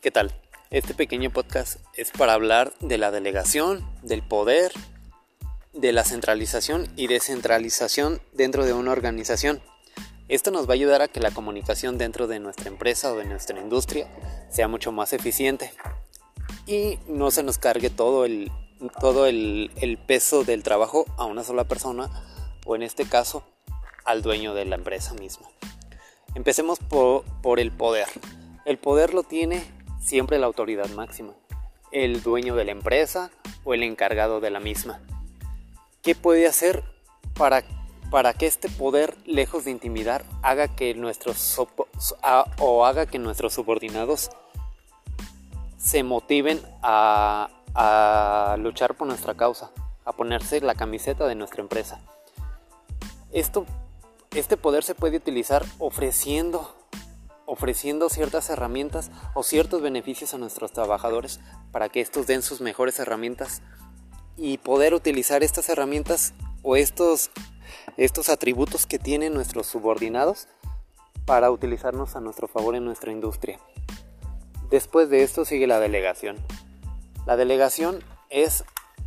¿Qué tal? Este pequeño podcast es para hablar de la delegación, del poder, de la centralización y descentralización dentro de una organización. Esto nos va a ayudar a que la comunicación dentro de nuestra empresa o de nuestra industria sea mucho más eficiente y no se nos cargue todo el peso del trabajo a una sola persona o en este caso al dueño de la empresa misma. Empecemos por el poder. El poder lo tiene siempre la autoridad máxima, el dueño de la empresa o el encargado de la misma. ¿Qué puede hacer para que este poder, lejos de intimidar, haga que nuestros subordinados se motiven a luchar por nuestra causa, a ponerse la camiseta de nuestra empresa? Este poder se puede utilizar ofreciendo ciertas herramientas o ciertos beneficios a nuestros trabajadores para que estos den sus mejores herramientas y poder utilizar estas herramientas o estos atributos que tienen nuestros subordinados para utilizarnos a nuestro favor en nuestra industria. Después de esto sigue la delegación. La delegación es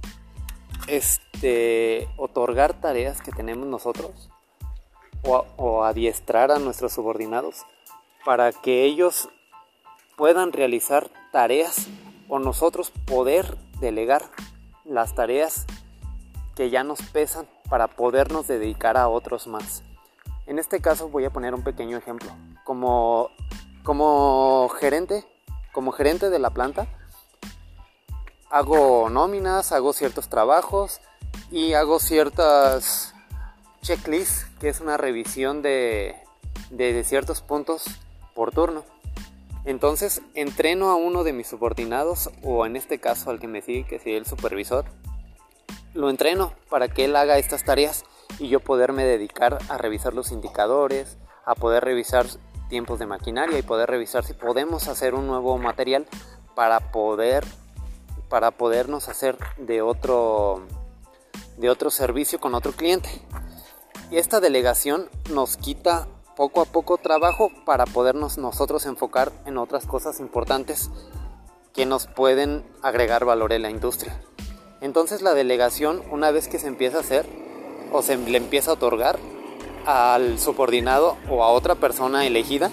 otorgar tareas que tenemos nosotros o adiestrar a nuestros subordinados para que ellos puedan realizar tareas o nosotros poder delegar las tareas que ya nos pesan para podernos dedicar a otros más. En este caso voy a poner un pequeño ejemplo. Como gerente de la planta, hago nóminas, hago ciertos trabajos y hago ciertas checklists, que es una revisión de ciertos puntos por turno. Entonces entreno a uno de mis subordinados, o en este caso al que me sigue, que sería el supervisor, lo entreno para que él haga estas tareas y yo poderme dedicar a revisar los indicadores, a poder revisar tiempos de maquinaria y poder revisar si podemos hacer un nuevo material para podernos hacer de otro servicio con otro cliente. Y esta delegación nos quita poco a poco trabajo para podernos nosotros enfocar en otras cosas importantes que nos pueden agregar valor en la industria. Entonces la delegación, una vez que se empieza a hacer o se le empieza a otorgar al subordinado o a otra persona elegida,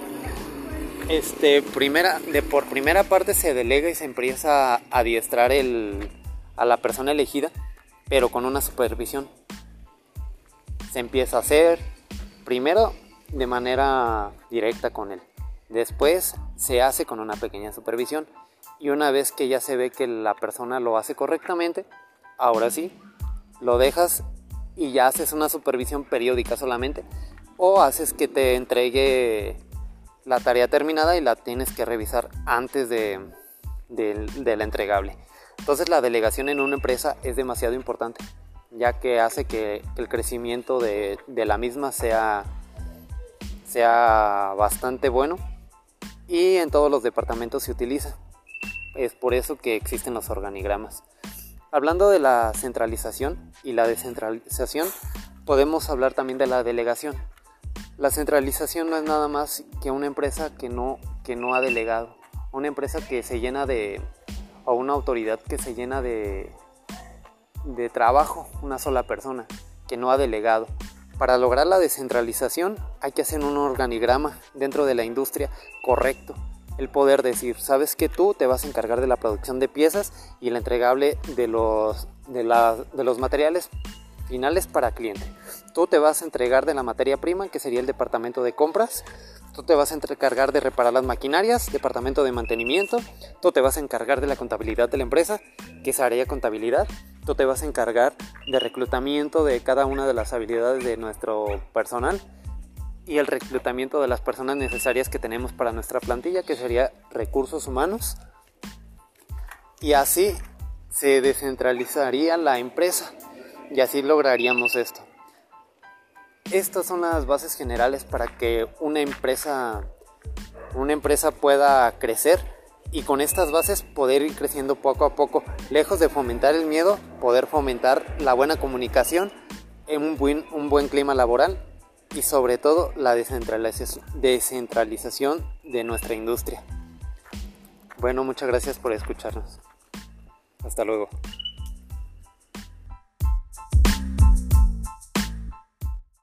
por primera parte se delega y se empieza a adiestrar a la persona elegida, pero con una supervisión. Se empieza a hacer primero de manera directa con él, después se hace con una pequeña supervisión y una vez que ya se ve que la persona lo hace correctamente, ahora sí, lo dejas y ya haces una supervisión periódica solamente o haces que te entregue la tarea terminada y la tienes que revisar antes de la entregable. Entonces la delegación en una empresa es demasiado importante, ya que hace que el crecimiento de la misma sea bastante bueno y en todos los departamentos se utiliza. Es por eso que existen los organigramas. Hablando de la centralización y la descentralización, podemos hablar también de la delegación. La centralización no es nada más que una empresa que no ha delegado, una empresa que se llena o una autoridad que se llena de trabajo, una sola persona que no ha delegado. Para lograr la descentralización hay que hacer un organigrama dentro de la industria correcto. El poder decir, sabes que tú te vas a encargar de la producción de piezas y el entregable de los materiales finales para cliente. Tú te vas a entregar de la materia prima, que sería el departamento de compras. Tú te vas a encargar de reparar las maquinarias, departamento de mantenimiento. Tú te vas a encargar de la contabilidad de la empresa, que es área de contabilidad. Tú te vas a encargar de reclutamiento de cada una de las habilidades de nuestro personal y el reclutamiento de las personas necesarias que tenemos para nuestra plantilla, que sería recursos humanos. Y así se descentralizaría la empresa y así lograríamos esto. Estas son las bases generales para que una empresa pueda crecer y con estas bases poder ir creciendo poco a poco, lejos de fomentar el miedo, poder fomentar la buena comunicación, un buen clima laboral y sobre todo la descentralización de nuestra industria. Bueno, muchas gracias por escucharnos. Hasta luego.